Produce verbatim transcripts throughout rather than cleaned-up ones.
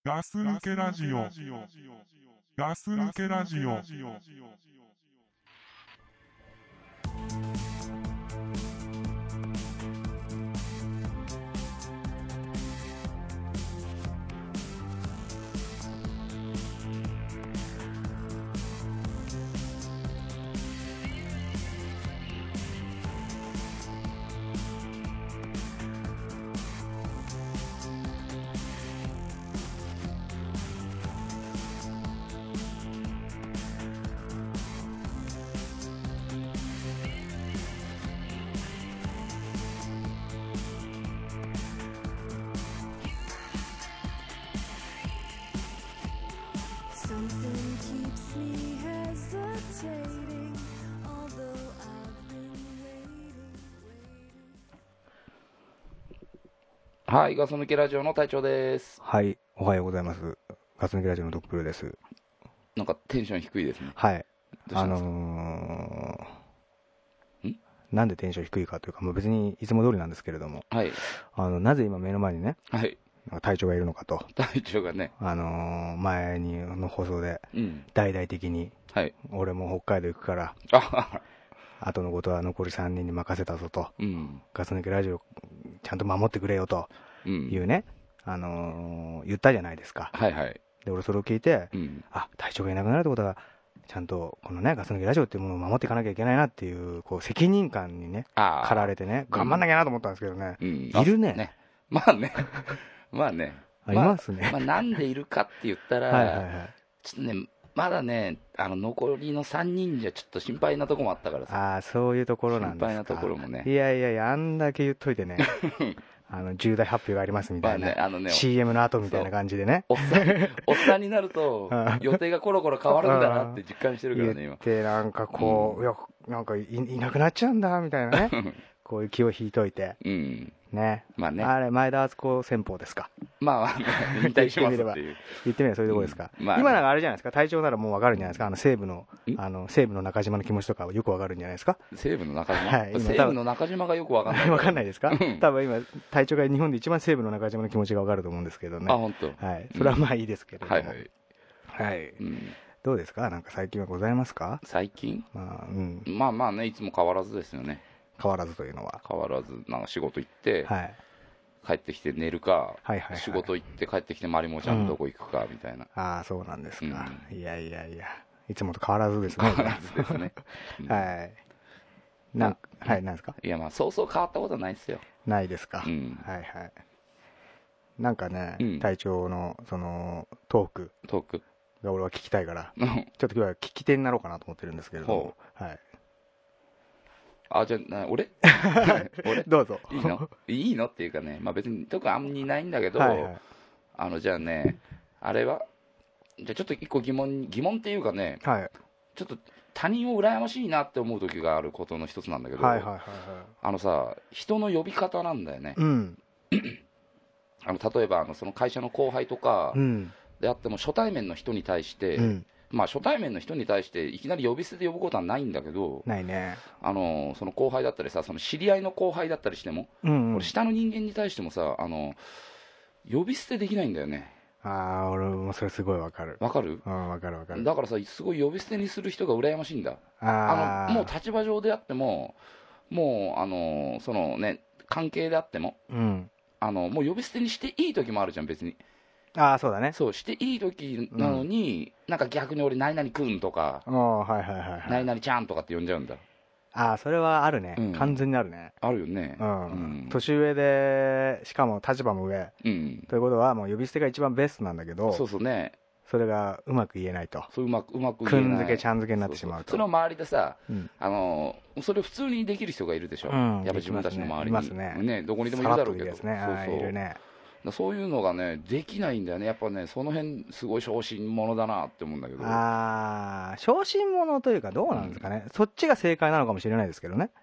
ガス抜けラジオ。ガス抜けラジオ。 はい、ガス抜けラジオの隊長です。 はい、おはようございます。ガス抜けラジオのドップルです。 なんかテンション低いですね。 はい。 どうしたんですか？ あのー、 んなんでテンション低いかというか、まあ、別にいつも通りなんですけれども、 はい。 あのなぜ今目の前にね、 はい。 隊長がいるのかと、 隊長がね、 あのー、前にの放送で、 うん、 大々的に、 はい。 俺も北海道行くから、 あ、 後のことは残りさんにんに任せたぞと、 うん、 ガス抜けラジオちゃんと守ってくれよというね、うん、あのー、言ったじゃないですか。 はいはい。 で俺それを聞いて、 うん、 あ、隊長がいなくなるってことはちゃんとこのねガス抜けラジオっていうものを守っていかなきゃいけないなっていうこう責任感にね駆られてね頑張んなきゃなと思ったんですけどね、うん、いるね。 ね、まあねまあねありますね、 まあ、まあ、なんでいるかって言ったらはいはい、はい、ちょっとねまだねあの残りのさんにんじゃちょっと心配なところもあったからさ。 ああ、そういうところなんですか。 心配なところもね。 いやいやいや、あんだけ言っといてねあの重大発表がありますみたいな、まあね、あのね、シーエム の後みたいな感じでね、 おっさんおっさんになると予定がコロコロ変わるんだなって実感してるからね今。 言ってなんかこう、うん、いやなんか い, いなくなっちゃうんだみたいなねこういう気を引いといて、うんね、まあね、あれ前田敦子戦法ですか。 まあ引退しますっていう言ってみればそういうところですか、うんまあね、今なんかあれじゃないですか、隊長ならもう分かるんじゃないですか、あの西武のあの西武の中島の気持ちとかよく分かるんじゃないですか。 西武の中島、はい、西武の中島がよく分かんない分かんないですか多分今隊長が日本で一番西武の中島の気持ちが分かると思うんですけどね。 あ、本当。 はい、それはまあいいですけれども、 うん、はいはい、 はい、うん、どうですか、なんか最近はございますか。 最近、 まあ、うん、 まあまあね、いつも変わらずですよね。 変わらずというのは変わらず、なんか仕事行って、はい、帰ってきて寝るか、はいはいはい、仕事行って帰ってきてまりもちゃんどこ行くかみたいな、 うん、ああそうなんですか、うん、いやいやいやいつもと変わらずですね。 変わらずですね、 うん、はいなん、ま、はい、なんですか。 いやまあそうそう変わったことはないですよ。 ないですか、うん、はいはいなんかね、うん、隊長のそのトークトークが俺は聞きたいからちょっと今日は聞き手になろうかなと思ってるんですけれども、はい、 あ、じゃあ俺俺どうぞ。 いいのいいのっていうかね、まあ別に特にあんまりないんだけど、はいはい、あのじゃあねあれはじゃあちょっと一個疑問疑問っていうかね、はい、ちょっと他人を羨ましいなって思う時があることの一つなんだけど、はいはいはいはい、あのさ人の呼び方なんだよね、うん、あの例えばあのその会社の後輩とかであっても初対面の人に対して、うん、まあ初対面の人に対していきなり呼び捨てで呼ぶことはないんだけど、 ないね、 あのその後輩だったりさ、その知り合いの後輩だったりしても、うんうん、俺下の人間に対してもさ、あの呼び捨てできないんだよね。 ああ、俺もそれすごいわかる。 わかる？ うん、わかるわかる。 だからさ、すごい呼び捨てにする人が羨ましいんだ。ああのもう立場上であっても、もうあのそのね関係であっても、うん、あのもう呼び捨てにしていい時もあるじゃん別に。 ああそうだね。 そうしていい時なのに、うん、なんか逆に俺何々くんとか、 はいはいはいはい、 何々ちゃんとかって呼んじゃうんだ。 ああそれはあるね、うん、完全にあるね。 あるよね、 うんうん、年上でしかも立場も上、うん、ということはもう呼び捨てが一番ベストなんだけど、 そうそうね、 それがうまく言えないと、 そううまくうまく言えない、 くん付けちゃん付けになってしまうと、 そうそう、その周りでさ、うん、あのそれを普通にできる人がいるでしょ、うん、やっぱ自分たちの周りにいますね、ね、どこにでもいるだろうけど、 さらっといいですね、そうそういるね。 そういうのがねできないんだよね、やっぱね、その辺すごい小心者だなって思うんだけど。 ああ小心者というかどうなんですかね、うん、そっちが正解なのかもしれないですけどね。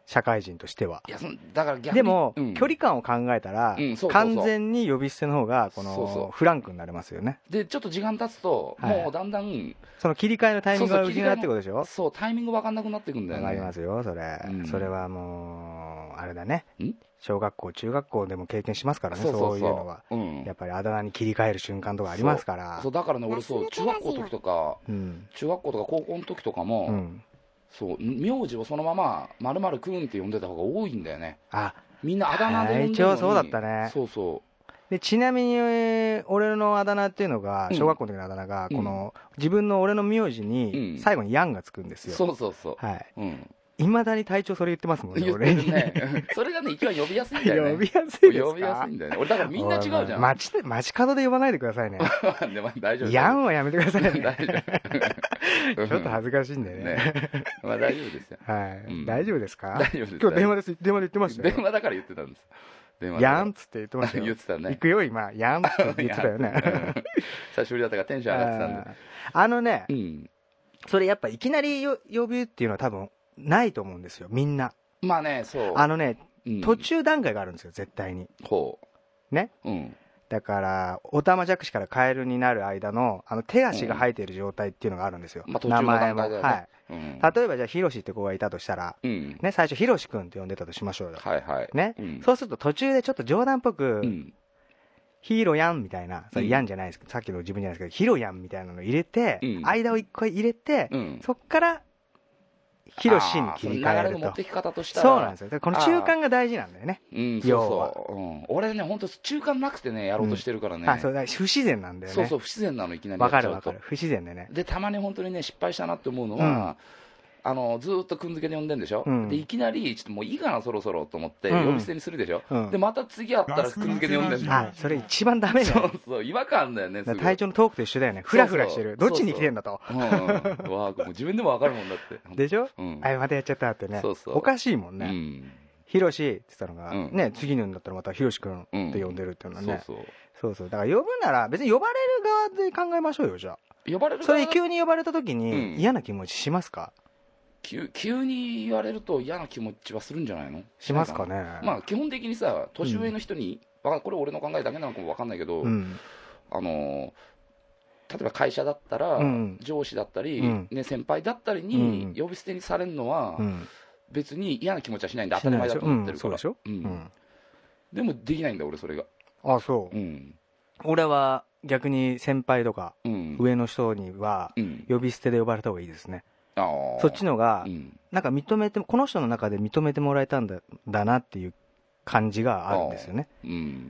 社会人としては。 いやそのだから逆にでも、 うん、 距離感を考えたら、 うん、そうそうそう完全に呼び捨ての方がこのそうそうフランクになれますよね。 でちょっと時間経つと、はい、もうだんだんその切り替えのタイミングが失うってことでしょ。 そうタイミング分かんなくなっていくんだよね。 わかりますよそれ、うん、それはもうあれだね、小学校中学校でも経験しますからね。そうそうそう、そういうのは、うん、やっぱりあだ名に切り替える瞬間とかありますから。 そう、そうだからね俺そう中学校の時とか、うん、中学校とか高校の時とかも、うん、そう名字をそのまま〇〇くんって呼んでた方が多いんだよね。あ、みんなあだ名で呼んでるのに。 一応そうだったね。 そうそうでちなみに俺のあだ名っていうのが、小学校の時のあだ名が、この自分の俺の名字に最後にヤンがつくんですよ。 そうそうそう、 はい、いまだに隊長それ言ってますもんね。俺にねそれがね一番呼びやすいんだよね。 呼びやすいですか。 呼びやすいんだよね。俺だからみんな違うじゃん。 街で街角で呼ばないでくださいね。 でも大丈夫。 ヤンはやめてくださいね。 大丈夫。 ちょっと恥ずかしいんでね。 ねまあ大丈夫ですよ。 はい、うん。大丈夫ですか。 大丈夫です。 今日電話です。電話で言ってましたよ。 電話だから言ってたんです。 ヤンっつって言ってましたよ。 言ってたね。 行くよ今ヤンって言ってたよね。 久しぶりだったからテンション上がってたんで。 あのね、うん、それやっぱいきなり呼びっていうのは多分ないと思うんですよみんな。 まあねそう。 あのね、うん、途中段階があるんですよ絶対に。 ほう。ね。 うん。 だからオタマジャクシからカエルになる間のあの手足が生えている状態っていうのがあるんですよ。 うん、まあ、途中の段階だよね。 はい。うん、例えばじゃあヒロシって子がいたとしたら、うん、ね、最初ヒロシ君って呼んでたとしましょうよ。 はいはい。 ね、うん、そうすると途中でちょっと冗談っぽく、うん、ヒーローやんみたいな、それやんじゃないですけど、さっきの自分じゃないですけどヒロやんみたいなの入れて、うん、間を一回入れて、うん、そっからヒロシに切り替えると。流れの持ってき方としたらそうなんですよ。この中間が大事なんだよね。 うん、そうそう、うん、俺ね本当中間なくてねやろうとしてるからね、うん、 あそうだ不自然なんだよね。 そうそう不自然なのいきなりわかるわかる。不自然でね。 でたまに本当にね失敗したなって思うのは、うんあのずーっとくんづけで呼んでんでしょ、うん、でいきなりちょっともういいかなそろそろと思って呼び捨てにするでしょ、うん、でまた次会ったらくんづけで呼んでんの。それ一番ダメだよ。 そうそう違和感だよね。 体調のトークと一緒だよね。フラフラしてる。どっちに来てんだと。 うん、わもう自分でもわかるもんだってでしょ、うん、あまたやっちゃったってね。 そうそうおかしいもんね、うん、ヒロシって言ったのが、うん、ね次のんだったらまたヒロシ君って呼んでるっていうのはね、うん、そうそうそうそうだから呼ぶなら別に呼ばれる側で考えましょうよ。じゃあ呼ばれるそれ急に呼ばれた時に嫌な気持ちしますか。 急, 急に言われると嫌な気持ちはするんじゃないの。 しますかね。 まあ基本的にさ年上の人に、うん、これ俺の考えだけなのかも分かんないけど、うん、あの例えば会社だったら、うん、上司だったり、うんね、先輩だったりに、うん、呼び捨てにされるのは、うん、別に嫌な気持ちはしないんで当たり前だと思ってるから。そうでしょ、うんうん、でもできないんだ俺それが。 あそう、うん、俺は逆に先輩とか、うん、上の人には、呼び捨てで呼ばれた方がいいですね。あそっちのが、うん、なんか認めてこの人の中で認めてもらえたんだ、だなっていう感じがあるんですよね、うん、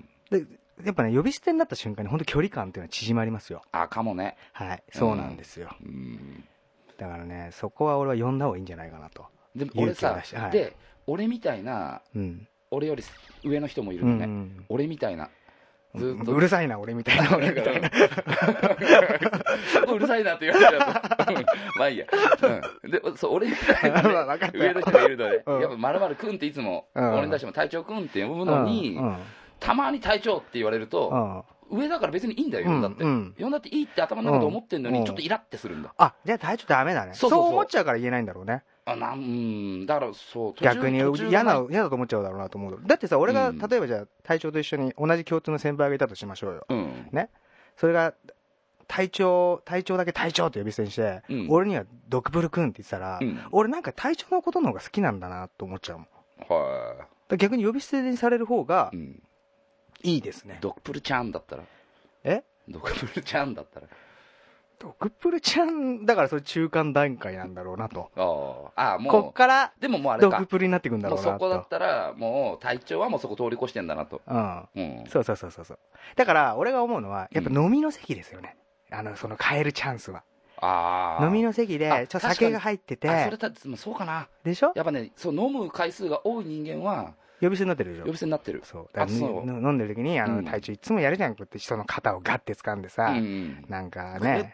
でやっぱね呼び捨てになった瞬間に本当距離感っていうのは縮まりますよ。 あかもね。 はいそうなんですよ、うん、だからねそこは俺は呼んだ方がいいんじゃないかなと。 でも俺さ、はい、で俺みたいな、うん、俺より上の人もいるのね、うんうん、俺みたいなずっとうるさいな俺みたいな俺みたいなうるさいなって言われちゃったまあいいや、うん、でそう俺みたいな、ね、上の人がいるので、うん、やっぱまるまるくんっていつも、うん、俺に対しても隊長くんって呼ぶのに、うんうん、たまに隊長って言われると、うん、上だから別にいいんだよ呼んだって、うん、呼んだっていいって頭の中で思ってんのに、うん、ちょっとイラってするんだ。 あじゃあ隊長ダメだね。そうそうそうそう思っちゃうから言えないんだろうね。 あなんうんだからそう逆に嫌な嫌だと思っちゃうだろうなと思う。だってさ俺が、うん、例えばじゃあ隊長と一緒に同じ共通の先輩がいたとしましょうよ、うん、ねそれが隊長隊長だけ隊長って呼び捨てにして、うん、俺にはドクブル君って言ってたら、うん、俺なんか隊長のことの方が好きなんだなと思っちゃうもん。はい。逆に呼び捨てにされる方が、うん、いいですね。 ドクプルちゃんだったらえドクプルちゃんだったらドクプルちゃんだからそれ中間段階なんだろうなと。 ああもうこっからでももうあれかドクプルになっていくんだろうなと。 もうそこだったらもう隊長はもうそこ通り越してんだなと。うん、 うん、そうそうそうそうそう。だから俺が思うのはやっぱ飲みの席ですよね、うん、あのその変えるチャンスは。あ飲みの席でちょっと酒が入っててあそれたそうかなでしょ。 やっぱねそう飲む回数が多い人間は呼び捨てになってるでしょ。 呼び捨てになってる。 そうだから飲んでる時にあの、うん、隊長いつもやるじゃんこうやって人の肩をガッて掴んでさ、うん、なんかね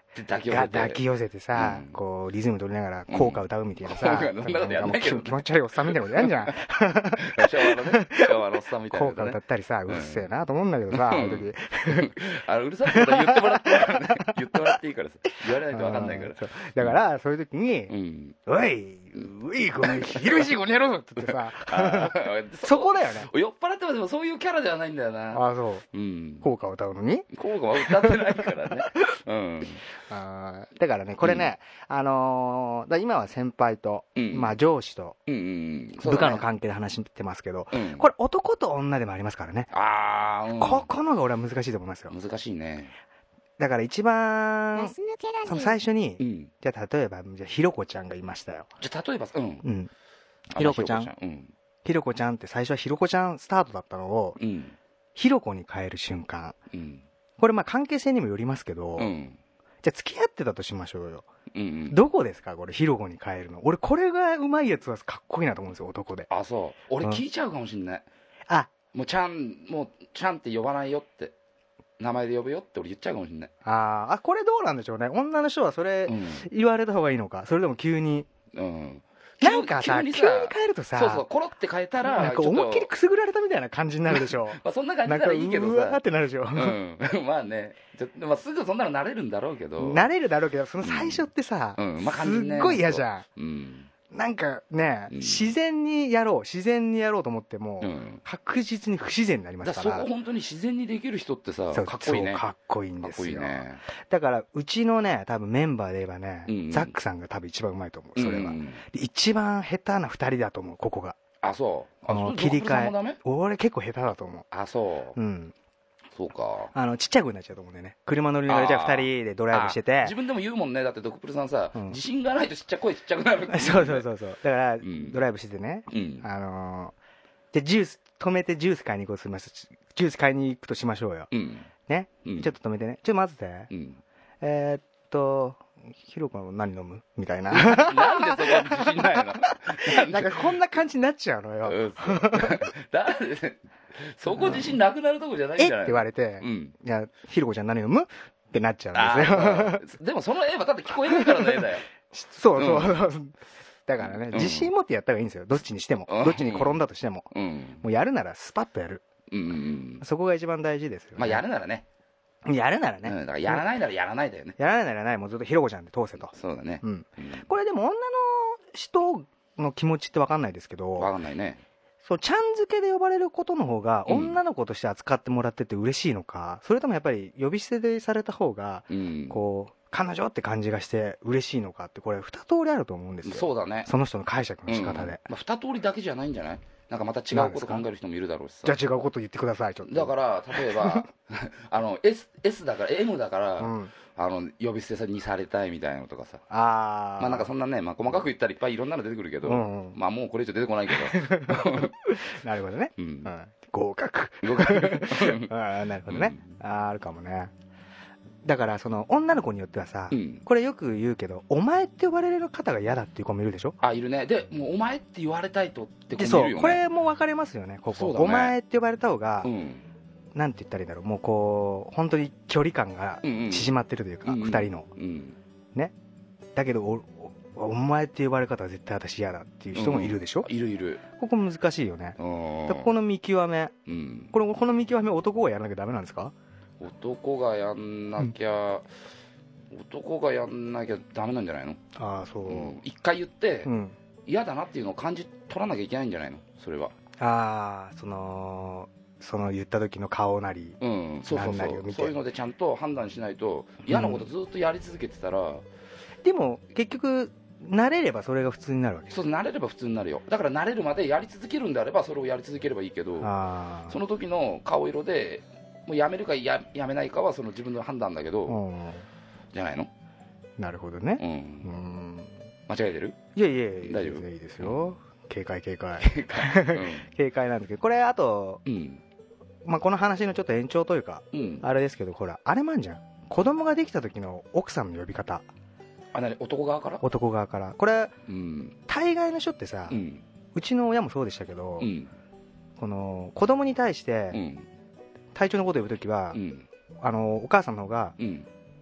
抱き寄せて抱き寄せてさ、うん、こうリズム取りながら効果歌うみたいなさ、うん、そんなことやんないけど気持ち悪いおっさんみたいなことやんじゃん昭和のね昭和のおっさんみたいな、ね、 効果歌ったりさ、うっせえなと思うんだけどさ、うん、あの時あのうるさいこと言ってもらっていいからね言ってもらっていいからさ、言われないと分かんないから。 だからそういう時に、うん、おい、うい、このひろしこの野郎って言ってさそこだよね。 酔っ払ってもでもそういうキャラではないんだよな。 あ、そう、うん、効果を歌うのに効果は歌ってないからねうん、 あだからねこれね、うん、あのー、だ今は先輩と、うん、まあ上司と部下の関係で話してますけど、うん、これ男と女でもありますからね。 あ、うん、 ここのが俺は難しいと思いますよ。 難しいね。 だから一番その最初に、うん、じゃあ例えばじゃあひろこちゃんがいましたよ。 じゃあ例えばうん、うん、 ひろこちゃん、うん、ひろこちゃんって最初はひろこちゃんスタートだったのを、うん、ひろこに変える瞬間、うん、これまあ関係性にもよりますけど、うん、じゃあ付き合ってたとしましょうよ、うんうん、どこですかこれひろこに変えるの。俺これがうまいやつはかっこいいなと思うんですよ男で。 あ、そう俺聞いちゃうかもしんない、うん、 あもうちゃんもうちゃんって呼ばないよって名前で呼ぶよって俺言っちゃうかもしれない。 ああ、これどうなんでしょうね。女の人はそれ言われた方がいいのか、それでも急に、うん、なんかさ急に変えるとさ、 そうそうコロって変えたらなんか思いっきりくすぐられたみたいな感じになるでしょまあそんな感じならいいけどさ、うわーってなるでしょ、うん、 まあねちょ、まあ、すぐそんなの慣れるんだろうけど慣れるだろうけどその最初ってさ、うんうんまあ、すっごい嫌じゃん、うんなんかね、うん、自然にやろう自然にやろうと思っても、うん、確実に不自然になりますから。 だからそこ本当に自然にできる人ってさかっこいいね。 かっこいいんですよ。 かっこいいね。 だからうちのね多分メンバーで言えばね、うんうん、ザックさんが多分一番うまいと思うそれは、うんうん、一番下手なふたりだと思うここが。 あ、そうあの切り替え俺結構下手だと思う。 あ、そう、うんそうか。 あのちっちゃくなっちゃうと思うんだよね。車乗りながらじゃあふたりでドライブしてて自分でも言うもんね。だってドクプルさんさ、うん、自信がないとちっちゃ声ちっちゃくなるって、ね、 そうそうそうそうだから、うん、ドライブしててね、うん、あのー、じゃあジュース止めてジュース買いに行こうとしますジュース買いに行くとしましょうよ、うん、ね、うん、ちょっと止めてねちょっと待ってて、うん、えー、っとヒロ君何飲むみたいななんでそこに自信ないのなんかこんな感じになっちゃうのよ、うん、 だそこ自信なくなるとこじゃないんじゃないえって言われて、うん、いやヒロコちゃん何飲むってなっちゃうんですよでもその絵はだって聞こえないからの絵だよそうそう、うん、だからね、うん、自信持ってやった方がいいんですよどっちにしても、うん、どっちに転んだとしても、うん、もうやるならスパッとやる、うんうん、そこが一番大事ですよね。 まあやるならねやるならね、 うん、だからやらないならやらないだよね、 やらないならやらないもうずっとヒロコちゃんで通せと。 そうだね、うん、 これでも女の人の気持ちって分かんないですけど分かんないね。 そうちゃん付けで呼ばれることの方が女の子として扱ってもらってて嬉しいのか、うん、それともやっぱり呼び捨てでされた方が、うん、こう彼女って感じがして嬉しいのかってこれ二通りあると思うんですよ。 そうだね。 その人の解釈の仕方で、うんまあ、 二通りだけじゃないんじゃない。なんかまた違うこと考える人もいるだろうしさ。 じゃあ違うこと言ってくださいちょっと。 だから例えばあの S, S だから M だから、うん、あの呼び捨てにされたいみたいなのとかさあまあなんかそんなね、まあ、細かく言ったらいっぱいいろんなの出てくるけど、うんうん、まあもうこれ以上出てこないけどなるほどね、うんうん、合格合格あなるほどね、うん、ああるかもね。だからその女の子によってはさ、うん、これよく言うけどお前って呼ばれる方が嫌だっていう子もいるでしょ。 あいるね。でもうお前って言われたいとって子もいるよね。 そうこれも分かれますよねここ、ね、お前って呼ばれた方が、うん、なんて言ったらいいんだろうもうこう本当に距離感が縮まってるというか、うんうん、ふたりの、うん、ねだけど お, お前って呼ばれ方は絶対私嫌だっていう人もいるでしょ、 うん、いるいる。ここ難しいよね。ここの見極め、うん、このこの見極め男がやらなきゃダメなんですか。 男がやんなきゃ、うん、男がやんなきゃダメなんじゃないの。 ああそう、うん、 一回言って、うん、嫌だなっていうのを感じ取らなきゃいけないんじゃないのそれは。 ああそのその言った時の顔なり、うん、 そうそうそう、そういうのでちゃんと判断しないと嫌なことずっとやり続けてたら、うん、 でも結局慣れればそれが普通になるわけ。 そう慣れれば普通になるよ。だから慣れるまでやり続けるんであればそれをやり続ければいいけど、その時の顔色でもうやめるか や, やめないかはその自分の判断だけど、うん、じゃないの。 なるほどね、うん、 うん間違えてる。 いやいやいや大丈夫いいですよ、うん、警戒警戒警戒、うん、警戒なんですけどこれあと、うんまあ、この話のちょっと延長というか、うん、あれですけどほらあれもあんじゃん子供ができた時の奥さんの呼び方。 あ何男側から男側からこれ、うん、大概の人ってさ、うん、うちの親もそうでしたけど、うん、この子供に対して、うん体調のことを呼ぶときは、うん、あのお母さんの方が、うん、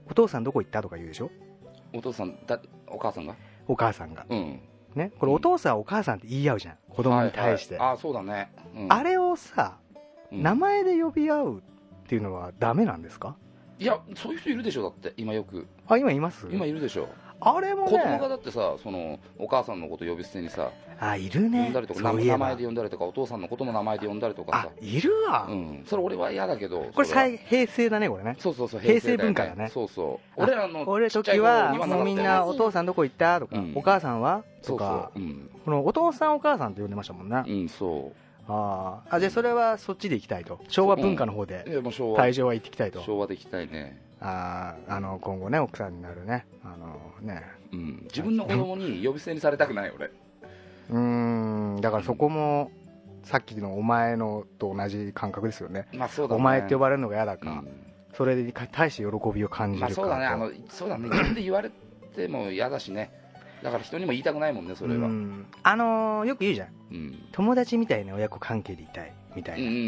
お父さんどこ行ったとか言うでしょ。 お父さんだ、お母さんがお母さんが、 うんね、これお父さんお母さんって言い合うじゃん、子供に対して、 はいはい、あそうだね、 うん、あれをさ、うん、名前で呼び合うっていうのはダメなんですか。 いや、そういう人いるでしょ。だって今よく、 あ、今います。 今いるでしょ。 あれもね、 子供がだってさ、そのお母さんのこと呼び捨てにさ、 あ、いるね、 呼んだりとか、名前で呼んだりとか、お父さんのことも名前で呼んだりとかさ、 あ、いるわ、 うん、それ俺は嫌だけど、 これ平成だね、これね、 そうそうそう、 平成文化だね、 そうそう、俺らの俺時はもうみんなお父さんどこ行ったとか、うん、お母さんはとか、そうそう、うん、このお父さんお母さんって呼んでましたもんね。 うん、そう。 ああ、じゃあそれはそっちで行きたいと、昭和文化の方で退場は行ってきたいと。 昭和で行きたいね。 ああの今後ね、奥さんになるね、あのね、 うん、自分の子供に呼び捨てにされたくない俺。 うーん、だからそこも、うん、さっきのお前のと同じ感覚ですよね。 まあそうだね、 お前って呼ばれるのが嫌だか、うん、それに対して喜びを感じるか。まあそうだね、あのそうだね、自分で言われても嫌だしね。だから人にも言いたくないもんね、それは。うん、 あのー、よく言うじゃん、うん、友達みたいな親子関係でいたいみたいな、うんうん、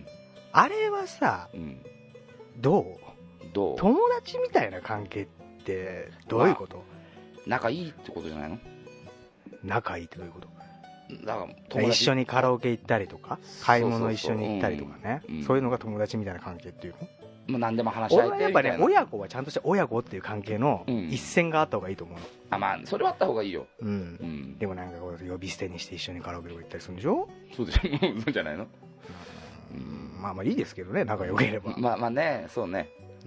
あれはさ、うん、どうどう友達みたいな関係ってどういうこと、まあ、仲いいってことじゃないの。 仲いいってどういうこと。 だから友達一緒にカラオケ行ったりとか、買い物一緒に行ったりとかね、そうそうそう、うん、そういうのが友達みたいな関係っていうの。 もう何でも話し合えてみたいな。 やっぱね、親子はちゃんとした親子っていう関係の一線があった方がいいと思うの、うん、 あ、まあそれはあった方がいいよ、 うんうん、でもなんかこう呼び捨てにして一緒にカラオケとか行ったりするんでしょ。 そうじゃそうじゃないの、 うん、まあまあいいですけどね、仲良ければ。 まあまあね、そうね、うん、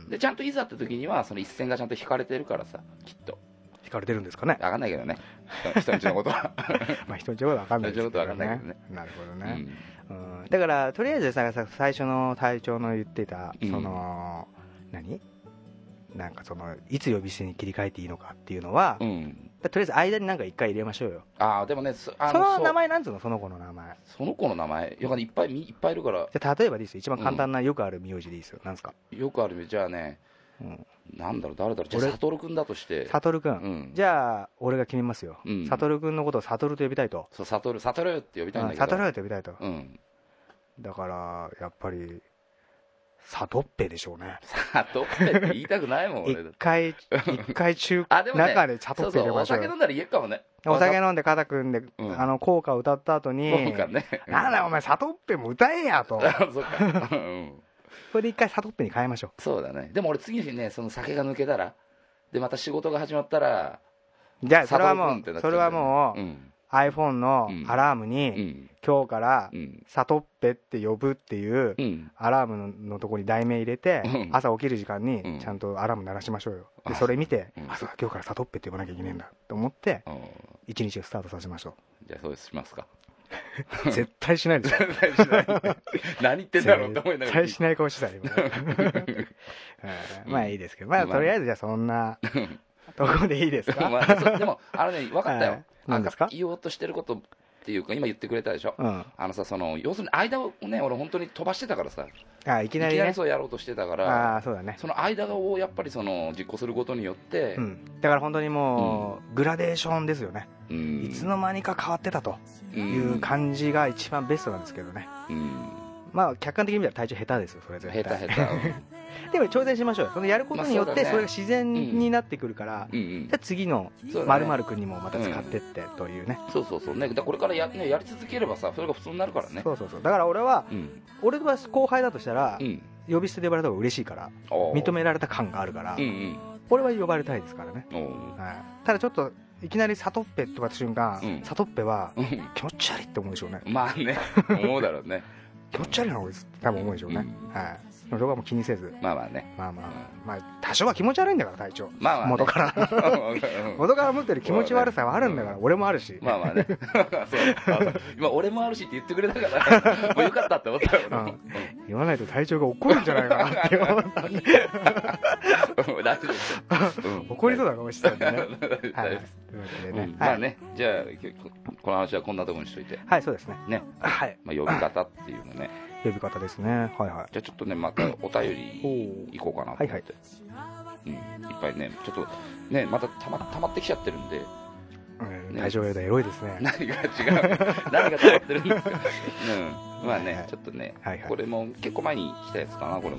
でちゃんといざって時にはその一線がちゃんと引かれてるからさ、きっと引かれてるんですかね。 分かんないけどね、人んちのことはまあ人んちのことは分かんないですけどね。なるほどね、うんうん、だからとりあえずさ、最初の隊長の言ってたその、うん、何なんかそのいつ呼び捨てに切り替えていいのかっていうのは、うん、とりあえず間に何か一回入れましょうよ。 ああ、でもね、そあのその名前なんつうの、その子の名前。 その子の名前、いっぱいいっぱいいるから。 じゃあ例えばですよ、一番簡単なよくある名字でいいですよ、なんですか。 よくある名字、じゃあね、うん、なんだろう、誰だろう、じゃあサトル君だとして。 サトル君、うん、じゃあ俺が決めますよ、うん、サトル君のことをサトルと呼びたいと。 そう、サトル、サトルって呼びたいんだけど、 サトルって呼びたいと、うん、だからやっぱりサトッペでしょうね。 サトッペって言いたくないもん俺。 一回一回中あでも、ね、中でサトッペ入れましょう。 そうそう、お酒飲んだら言えるかもね。 お酒飲んで肩組んで、うん、あの校歌を歌った後に、 校歌ね、 なんだお前サトッペも歌えやと。 そうか、うん、 これで一回サトッペに変えましょう。 そうだね。でも俺次の日ね、その酒が抜けたら、でまた仕事が始まったら、 じゃあそれはもう、それはもう、うん、iPhone のアラームに、うん、今日からサトッペって呼ぶっていうアラーム の, のところに題名入れて、うん、朝起きる時間にちゃんとアラーム鳴らしましょうよ。でそれ見て、うん、朝今日からサトッペって呼ばなきゃいけないんだと思って一日をスタートさせましょう。 じゃあそうしますか。 絶対しないですよ。 絶対しない何言ってんだろうって思いながら、絶対しない顔してた今まあいいですけど、まあとりあえずじゃあそんなとこでいいですか。 まあ、でもあのね、分かったよ、 何ですか。 言おうとしてることっていうか、今言ってくれたでしょ、うん、あのさ、その要するに間をね、俺本当に飛ばしてたからさ、 あいきなり、ね、 いきなりそうやろうとしてたから、 あそうだね、 その間をやっぱりその実行することによって、うん、 だから本当にもう、うん、グラデーションですよね、うん、いつの間にか変わってたという感じが一番ベストなんですけどね、うん、まあ客観的に見たら体調下手ですよ、それ絶対下手下手でも挑戦しましょうよ。そのやることによってそれが自然になってくるから、じゃあ次の〇〇君にもまた使ってってというね。 そうそうそうね。だこれからや、ね、やり続ければさ、それが普通になるからね。 そうそうそう。だから俺は、うん、俺は後輩だとしたら、うん、呼び捨てで呼ばれた方が嬉しいから、認められた感があるから、うんうん、俺は呼ばれたいですからね。はい、ただちょっといきなりサトッペって言われた瞬間、うん、サトッペは気持ち悪いって思うでしょうね。 まあね、思うだろうね。 気持ち悪いなこいつ多分思うでしょうね。うん、はい。それはもう気にせず、 まあまあね、 まあまあ、まあ多少は気持ち悪いんだから隊長、 まあまあ、ね、 元から元から持ってる気持ち悪さはあるんだから、俺もあるし、 まあまあねそう今俺もあるしって言ってくれたからもうよかったって思ったよ、うん、 言わないと隊長が怒るんじゃないかなって思ったんで大丈夫です、うん、怒りそうだかもしれないね。はいというわけでね、うん、 まあね、じゃあこの話はこんなところにしといて、 はいそうですね、 ね、はい、まあ、呼び方っていうのね、 呼び方ですね。はいはい。 じゃあちょっとね、またお便りいこうかなと思って、はいはい、うん、いっぱいね、ちょっとね、またたまたまってきちゃってるんで、 うん、ね、大丈夫だ、エロいですね。 何が違う何が溜まってるんですか、うん、まあね、はいはい、ちょっとね、はいはい、これも結構前に来たやつかな、これも、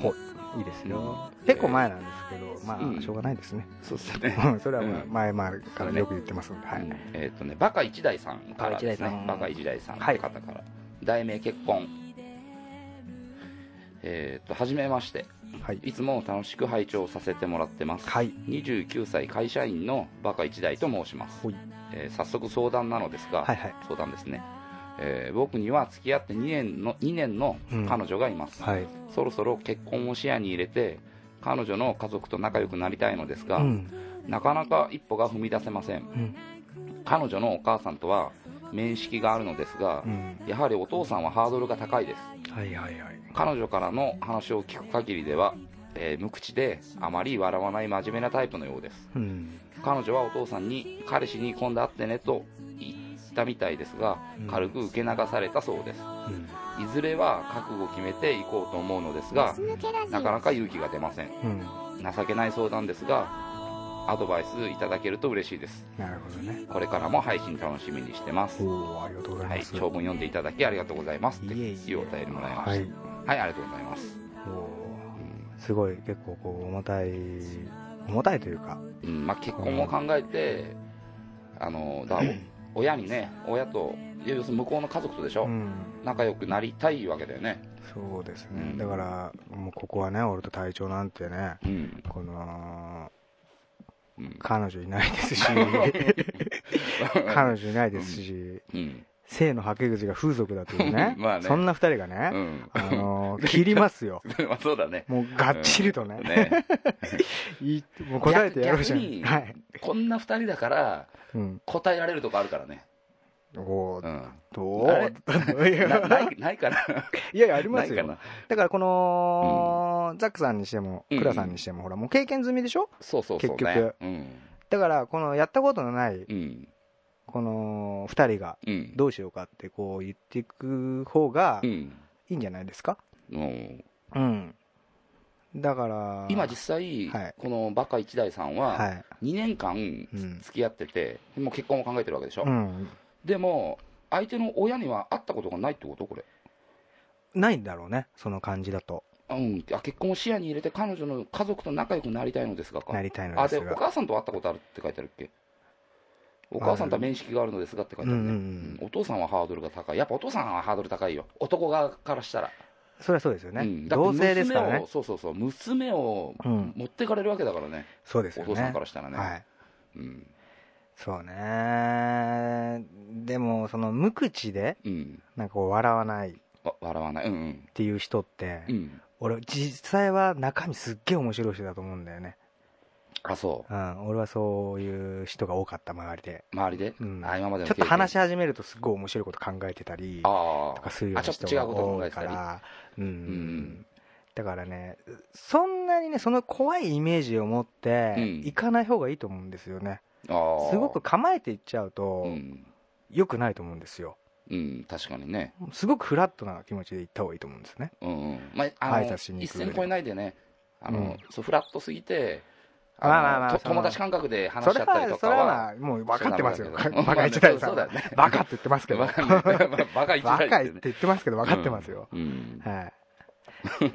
いいですよ。結構前なんですけど、まあしょうがないですね。 そうですね。 それは前々からよく言ってますんで。 えっとね、バカ一代さんからですね。バカ一代さんって方から、題名結婚。えっと初めまして。いつも楽しく拝聴させてもらってます。にじゅうきゅうさい会社員のバカ一代と申します。早速相談なのですが、相談ですね。えー、僕には付き合ってにねんのにねんの彼女がいます、うんはい、そろそろ結婚を視野に入れて彼女の家族と仲良くなりたいのですが、うん、なかなか一歩が踏み出せません、うん、彼女のお母さんとは面識があるのですが、うん、やはりお父さんはハードルが高いです、はいはいはい、彼女からの話を聞く限りでは、えー、無口であまり笑わない真面目なタイプのようです、うん、彼女はお父さんに彼氏に今度会ってねと言ったみたいですが、うん、軽く受け流されたそうです、うん、いずれは覚悟を決めていこうと思うのですがなかなか勇気が出ません、うん、情けない相談ですがアドバイスいただけると嬉しいです。 なるほどね。 これからも配信楽しみにしてます。 おありがとうございます、 はい、長文読んでいただきありがとうございますっていうお便りもらいました。はい、はい、ありがとうございます。お、うん、 すごい結構こう重たい重たいというか、 うんまあ、結婚を考えて、うん、あのだ親にね親と要するに向こうの家族とでしょ、うん、仲良くなりたいわけだよね。 そうですね、うん、だからもうここはね俺と隊長なんてね、うん、このうん、彼女いないですし彼女いないですし、うん、性のはけ口が風俗だというねまあねそんな二人がね、うん、あのー、切りますよまあそうだね、 もうがっちりとね、うんねいいもう答えてやろうじゃん。 逆に、はい、こんな二人だから、うん、答えられるとこあるからね。 おー、うん、どうなないないかな。 いやいやありますよ。だからこの、うん、ザックさんにしてもクラさんにしても、うん、ほらもう経験済みでしょ。 そうそうそう、ね、 結局、うん、だからこのやったことのない、うん、このふたりがどうしようかってこう言っていく方がいいんじゃないですか。うん、うん、だから今実際、はい、このバカ一代さんはにねんかん付き合ってて、うん、もう結婚を考えてるわけでしょ、うん、でも相手の親には会ったことがないってこと？これないんだろうね、その感じだと。 うん、あ結婚を視野に入れて彼女の家族と仲良くなりたいのですがか。 なりたいのですが。 あでお母さんと会ったことあるって書いてあるっけ。お母さんとは面識があるのですがって書いてあるね、うんうんうん、お父さんはハードルが高い。やっぱお父さんはハードル高いよ、男側からしたら。 そりゃそうですよね、うん、同性ですからね。 そうそうそう、娘を持ってかれるわけだからね、うん、 そうですよね、 お父さんからしたらね、 はい、うん、そうね。でもその無口で、うん、なんかこう笑わない笑わない、うんうん、 っていう人って、うん、俺実際は中身すっげえ面白い人だと思うんだよね。 あそう、 うん、俺はそういう人が多かった、周りで周りで、うん、あ今までのちょっと話し始めるとすっごい面白いこと考えてたりとかするような人が多いから、うんうん、だからねそんなにねその怖いイメージを持っていかない方がいいと思うんですよね、うん、すごく構えていっちゃうと良くないと思うんですよ。 うん、確かにね、 すごくフラットな気持ちで行った方がいいと思うんですね、うんうん、 まあ、あの挨拶しに行く一線越えないでね、あの、うん、そうフラットすぎてあまあまあまあ友達感覚で話しちゃったりとかは、それは、それはもう分かってますよ、バカ一代さんは、ね、バカって言ってますけどバカ一代って言ってますけど分かってますよ、うんうん、はい、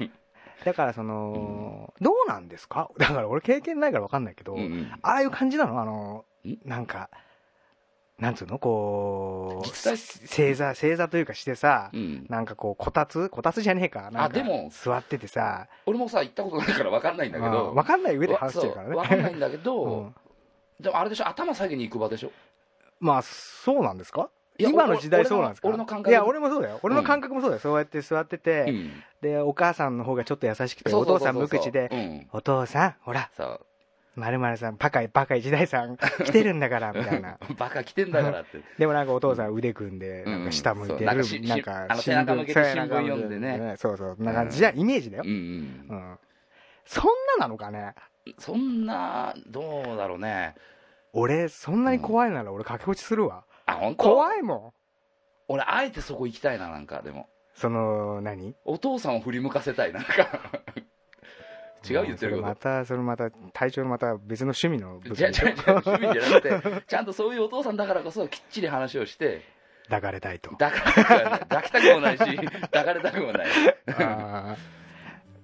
だからその、うん、どうなんですか。だから俺経験ないから分かんないけど、うんうん、ああいう感じなの、あのなんかなんつうのこう正座正座というかしてさ、うん、なんかこうこたつこたつじゃねえか、なんかでも座っててさ、俺もさ行ったことないから分かんないんだけど、 分かんない上で話してるからね、 分かんないんだけど、うん、でもあれでしょ、頭下げに行く場でしょ。 まあそうなんですか、今の時代そうなんですか。俺の感覚、いや俺もそうだよ、俺の感覚もそうだよ、うん、そうやって座ってて、うん、でお母さんの方がちょっと優しくて、お父さん無口で、うん、お父さんほらそうまるまるさんバカバカ一代さん来てるんだからみたいなバカ来てんだからってでもなんかお父さん腕組んでなんか下向いてる、うん、なんか新聞背中向けて新聞読んでね、 そうそう、な感じじゃイメージだよ、うんうんうん、そんななのかね。 そんなどうだろうね。 俺そんなに怖いなら俺駆け落ちするわ、 うん、あ本当怖いもん。 俺あえてそこ行きたいな。なんかでもその何お父さんを振り向かせたいなんか違う言ってること。 またそれまた隊長のまた別の趣味の部分じゃじゃ趣味じゃなくてちゃんとそういうお父さんだからこそきっちり話をして抱かれたいと。 抱かれたくない、抱きたくもないし抱かれたくもない。あ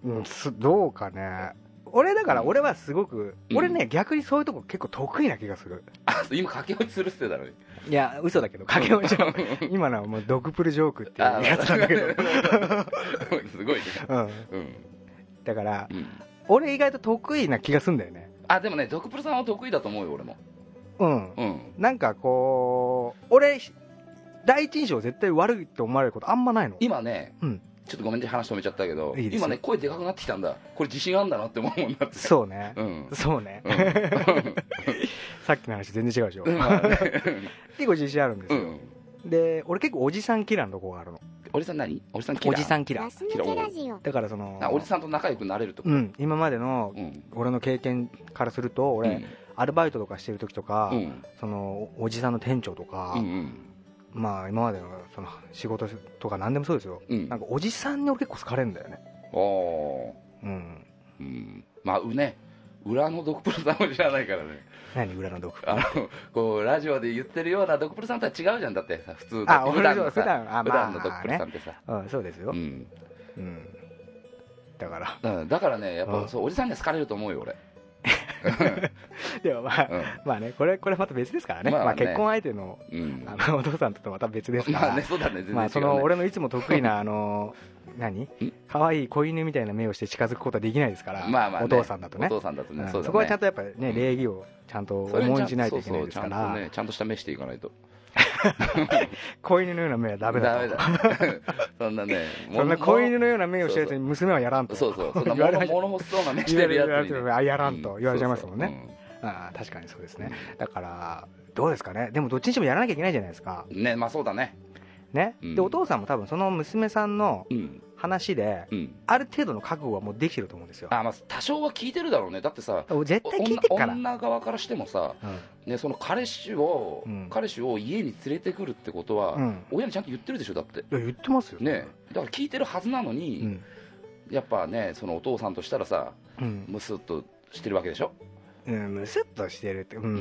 うん、どうかね。俺だから俺はすごく、うん、俺ね逆にそういうとこ結構得意な気がする。 あ、今駆け落ちするってだろ。 いや嘘だけど駆け落ちは今のはもうドクプルジョークっていうやつなんだけどすごいね、 うんうん、だから、うん、俺意外と得意な気がするんだよね。 あ、でもねドクプルさんは得意だと思うよ俺も。 うん、うん、なんかこう俺第一印象絶対悪いと思われることあんまないの今ね、うん、ちょっとごめんね話止めちゃったけど、いい今ね声でかくなってきたんだ。これ自信あんだなって思うもんだって。 そうね、うん、そうね、うん、さっきの話全然違うでしょ、うん、結構自信あるんですよ、うん、で俺結構おじさんキラーのとこがあるの。 おじさん何？おじさんキラー。 おじさんキラー。だからそのおじさんと仲良くなれるとか、 うん、今までの俺の経験からすると俺、うん、アルバイトとかしてる時とか、うん、そのおじさんの店長とか、うんうん、まあ今までのその仕事とか何でもそうですよ、うん、なんかおじさんに俺結構好かれるんだよね。ああ、 うん、うん、まあうね裏のドクプルさんも知らないからね。 何裏のドクプル？ あのこうラジオで言ってるようなドクプルさんとは違うじゃん。だってさ普通の普段のさ普段、あ、 普段のドクプルさんってさ、 まあね、うん、そうですよ、うんうん、だから、 うん、だからねやっぱそうおじさんには好かれると思うよ俺。 でもまあ、うん、まあねこれこれまた別ですからね。まあ、まあ結婚相手の、うん、あのお父さんとまた別ですから。 まあねそうだね全然違うね。 まあその俺のいつも得意なあの何可愛い子犬みたいな目をして近づくことはできないですから。 まあまあね、 お父さんだとね。 お父さんだとね、うん、そうだね。 そこはちゃんとやっぱね礼儀をちゃんと重んじないといけないですから。 そうそうちゃんとねちゃんとした目していかないと。 子犬のような目はダメだと。 ダメだそんなねそんな子犬のような目をしてるやつに娘はやらんと。 そうそうそんな物欲しそうな目してるやつに、ね、 あやらんと言われちゃいますもんね。ああ確かにそうですね。だからどうですかね。でもどっちにしてもやらなきゃいけないじゃないですかね。まあそうだねね、うん、でお父さんも多分その娘さんの話で、うん、ある程度の覚悟はもうできてると思うんですよ。 あ、まあ、多少は聞いてるだろうね。だってさ絶対聞いてるから。 女側からしてもさ、うんね、その彼氏を、うん、彼氏を家に連れてくるってことは、うん、親にちゃんと言ってるでしょ。だっていや言ってますよね。だから聞いてるはずなのに、うん、やっぱねそのお父さんとしたらさ、うん、ムスッとしてるわけでしょ。 うん、ムスッとしてるって、うんうん、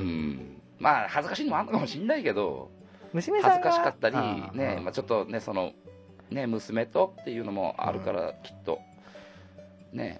まあ恥ずかしいのもあるのかもしれないけど娘さん恥ずかしかったりね、まあ、ちょっとねそのね娘とっていうのもあるから、うん、きっとね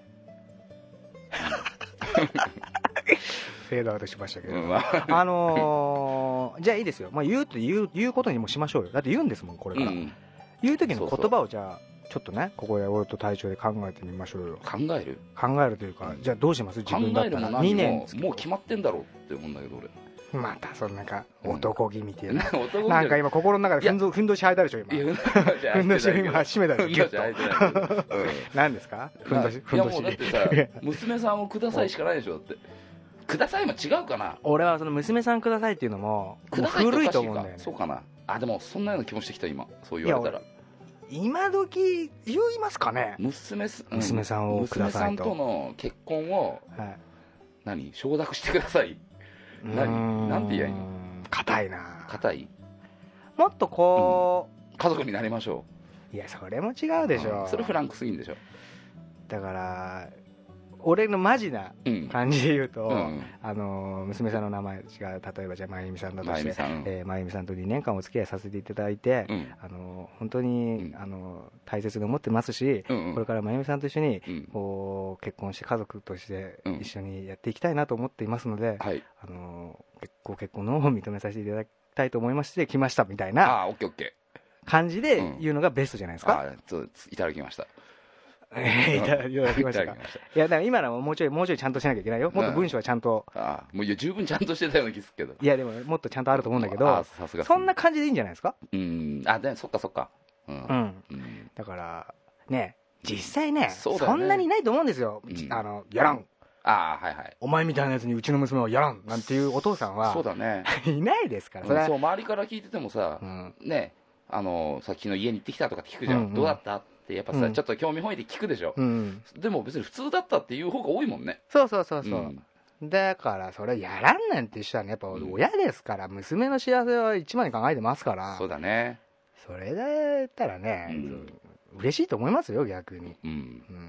フェードアウトしましたけど、うん、あのー、じゃあいいですよ、まあ、言うと言う、言うことにもしましょうよ。だって言うんですもんこれから、うん、言う時の言葉をじゃあちょっとねここで俺と隊長で考えてみましょうよ。 考える考えるというか、うん、じゃあどうします自分だったらにねんもう決まってんだろうって思うんだけど俺またそのなんか男気みたいな、うん、なんか今心の中でふんどふんどし履いたでしょ今。ふんどし今締めたでしょギュッと。何ですかふんどし。 いやもうだってさ娘さんをくださいしかないでしょ。だってくださいも違うかな。 俺はその娘さんくださいっていうのも古いと思うんだよね。 そうかな。あでもそんなような気もしてきた今そう言われたら。 今時言いますかね。 娘、 うん、娘さんをくださいと。 娘さんとの結婚を、はい、何承諾してください。何なんて言えばいいの。 硬いな。 硬い。 もっとこう、 うん、家族になりましょう。いやそれも違うでしょ、 うん、それフランクすぎんでしょ。 だから俺のマジな感じで言うと、うん、あの娘さんの名前が例えばじゃあまゆみさんだとして、えー、まゆみさんとにねんかんお付き合いさせていただいて、うん、あの本当に、うん、あの大切に思ってますし、うんうん、これからまゆみさんと一緒に、うん、こう結婚して家族として一緒にやっていきたいなと思っていますので、うん、あのご結婚の方を認めさせていただきたいと思いまして来ましたみたいな感じで言うのがベストじゃないですか。 あそういただきました。 いただきましたか。いやだから今のはもうちょいもうちょいちゃんとしなきゃいけないよ。もっと文章はちゃんと、 うん、あもういや十分ちゃんとしてたような気するけど。 いやでももっとちゃんとあると思うんだけど、あさすがそんな感じでいいんじゃないですか。 うんあでそっかそっか、うん、 うん、だからね実際ね、うん、そ, そんなにいないと思うんですよ、うん、あのやらんあはいはいお前みたいなやつにうちの娘はやらんなんていうお父さんはそうだねいないですから。それ、 うん、そう周りから聞いててもさ、うん、ねあのさっきの家に行ってきたとかって聞くじゃん、うんうん、どうだったってやっぱさ、うん、ちょっと興味本位で聞くでしょ、うん、でも別に普通だったっていう方が多いもんね。 そうそうそうそう、うん、だからそれやらんなんて人はねやっぱ親ですから、うん、娘の幸せは一番に考えてますから。 そうだねそれだったらね、うん、嬉しいと思いますよ逆に、うんうん、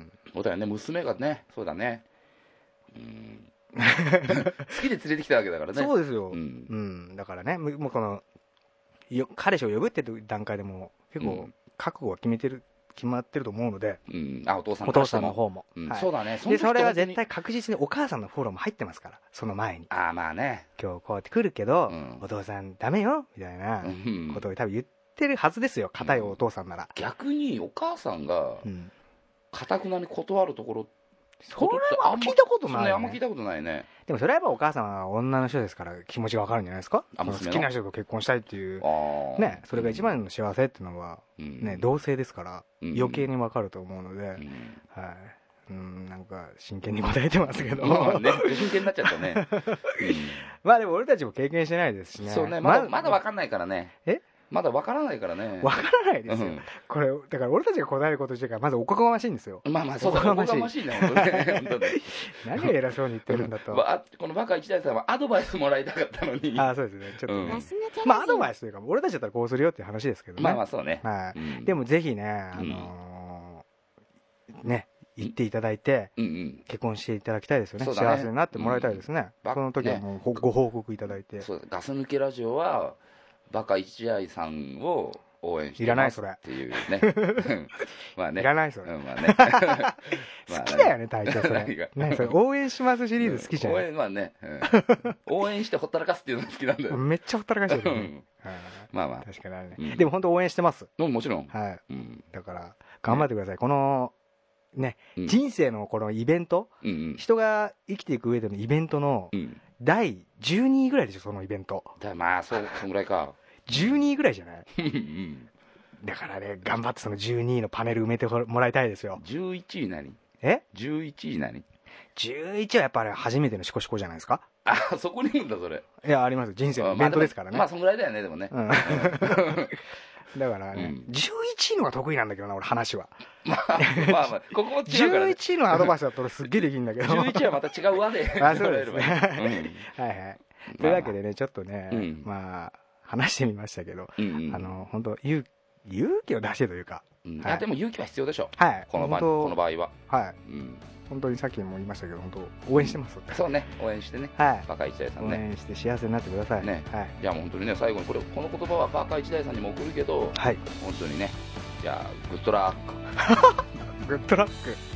そうだよね娘がねそうだね、うん、好きで連れてきたわけだからね。 そうですよ、うんうん、だからねもうこの彼氏を呼ぶって段階でも結構覚悟は決めてる決まってると思うので、 うん、あお父さんお父さんの方も、 うんはい、そうだね。 でそれは絶対確実にお母さんのフォローも入ってますから、その前に。 あまあね、 今日こうやって来るけど、うん、お父さんダメよみたいなことを多分言ってるはずですよ、固いお父さんなら。 逆にお母さんが固くなに断るところ、 それは聞いたことない、ね、 あんま聞いたことないね。 でもそれはやっぱお母さんは女の人ですから気持ちが分かるんじゃないですか。好きな人と結婚したいっていう、ね、それが一番の幸せっていうのは、ね、同性ですから余計に分かると思うので、はい、うん、なんか真剣に答えてますけど、 まあね、真剣になっちゃったね、うん、 まあでも俺たちも経験してないですしね。 そうね、まだまだ分かんないからね。 えまだ分からないからね。 分からないですよ、うん、これだから俺たちが答えること自体がまずおこがましいんですよ。 まあまあそうだ、おこがましいね、本当に何が偉そうに言ってるんだと、 このバカ一代さんはアドバイスもらいたかったのに。 ああそうですね、ちょっとね、うん、まあアドバイスというか俺たちだったらこうするよっていう話ですけどね。 まあまあそうね、 はい、うん、でもぜひね、あのー、ね言っていただいて、うんうん、結婚していただきたいですよね。ね、幸せになってもらいたいですね、うん、その時はもうご報告いただいて。 そうガス抜けラジオはバカ一愛さんを応援してますっていうね。まあね。 いらないそれ。 うん、まあね。 好きだよね、隊長それ。ね、それ応援しますシリーズ好きじゃん。 応援まあね、うん。応援してほったらかすっていうのが好きなんだよ。 めっちゃほったらかしてる、ね。 まあまあ。 確かにね、うん。でも本当応援してます。 もちろん。 はい。うん、だから頑張ってください。ね、このね、うん、人生のこのイベント、うんうん、人が生きていく上でのイベントのだいじゅうにいぐらいでしょ、そのイベント。 だまあそうそんぐらいか。 じゅうにいぐらいじゃない？だからね、頑張ってそのじゅうにいのパネル埋めてもらいたいですよ。 じゅういちい何？ え ? じゅういちい何？ じゅういちはやっぱり初めてのシコシコじゃないですか。 あ、そこにいるんだそれ。 いやあります、人生のイベントですからね。 まあそんぐらいだよね、でもね。うん、だからね、うん、じゅういちいのが得意なんだけどな、俺話は。 まあまあまあ、ここも違うから、ね、 じゅういちいのアドバイスだったらすっげえできるんだけど。 じゅういちはまた違う輪で。 あ、そうですね。はいはい。というわけでね、ちょっとね、うん、まあ、話してみましたけど、うんうん、あの、本当勇、勇気を出してというか。 うん、はい、いや、でも勇気は必要でしょ。 はい。 この場、この場合は。 はい。うん。本当にさっきも言いましたけど、本当応援してます。 そうね、応援してね。 はい。 バカ一代さんね。 応援して幸せになってください。 ね。 はい。 じゃあもう本当にね、最後にこれ、この言葉はバカ一代さんにも送るけど、 はい。 本当にね、じゃあ、グッドラック。 グッドラック。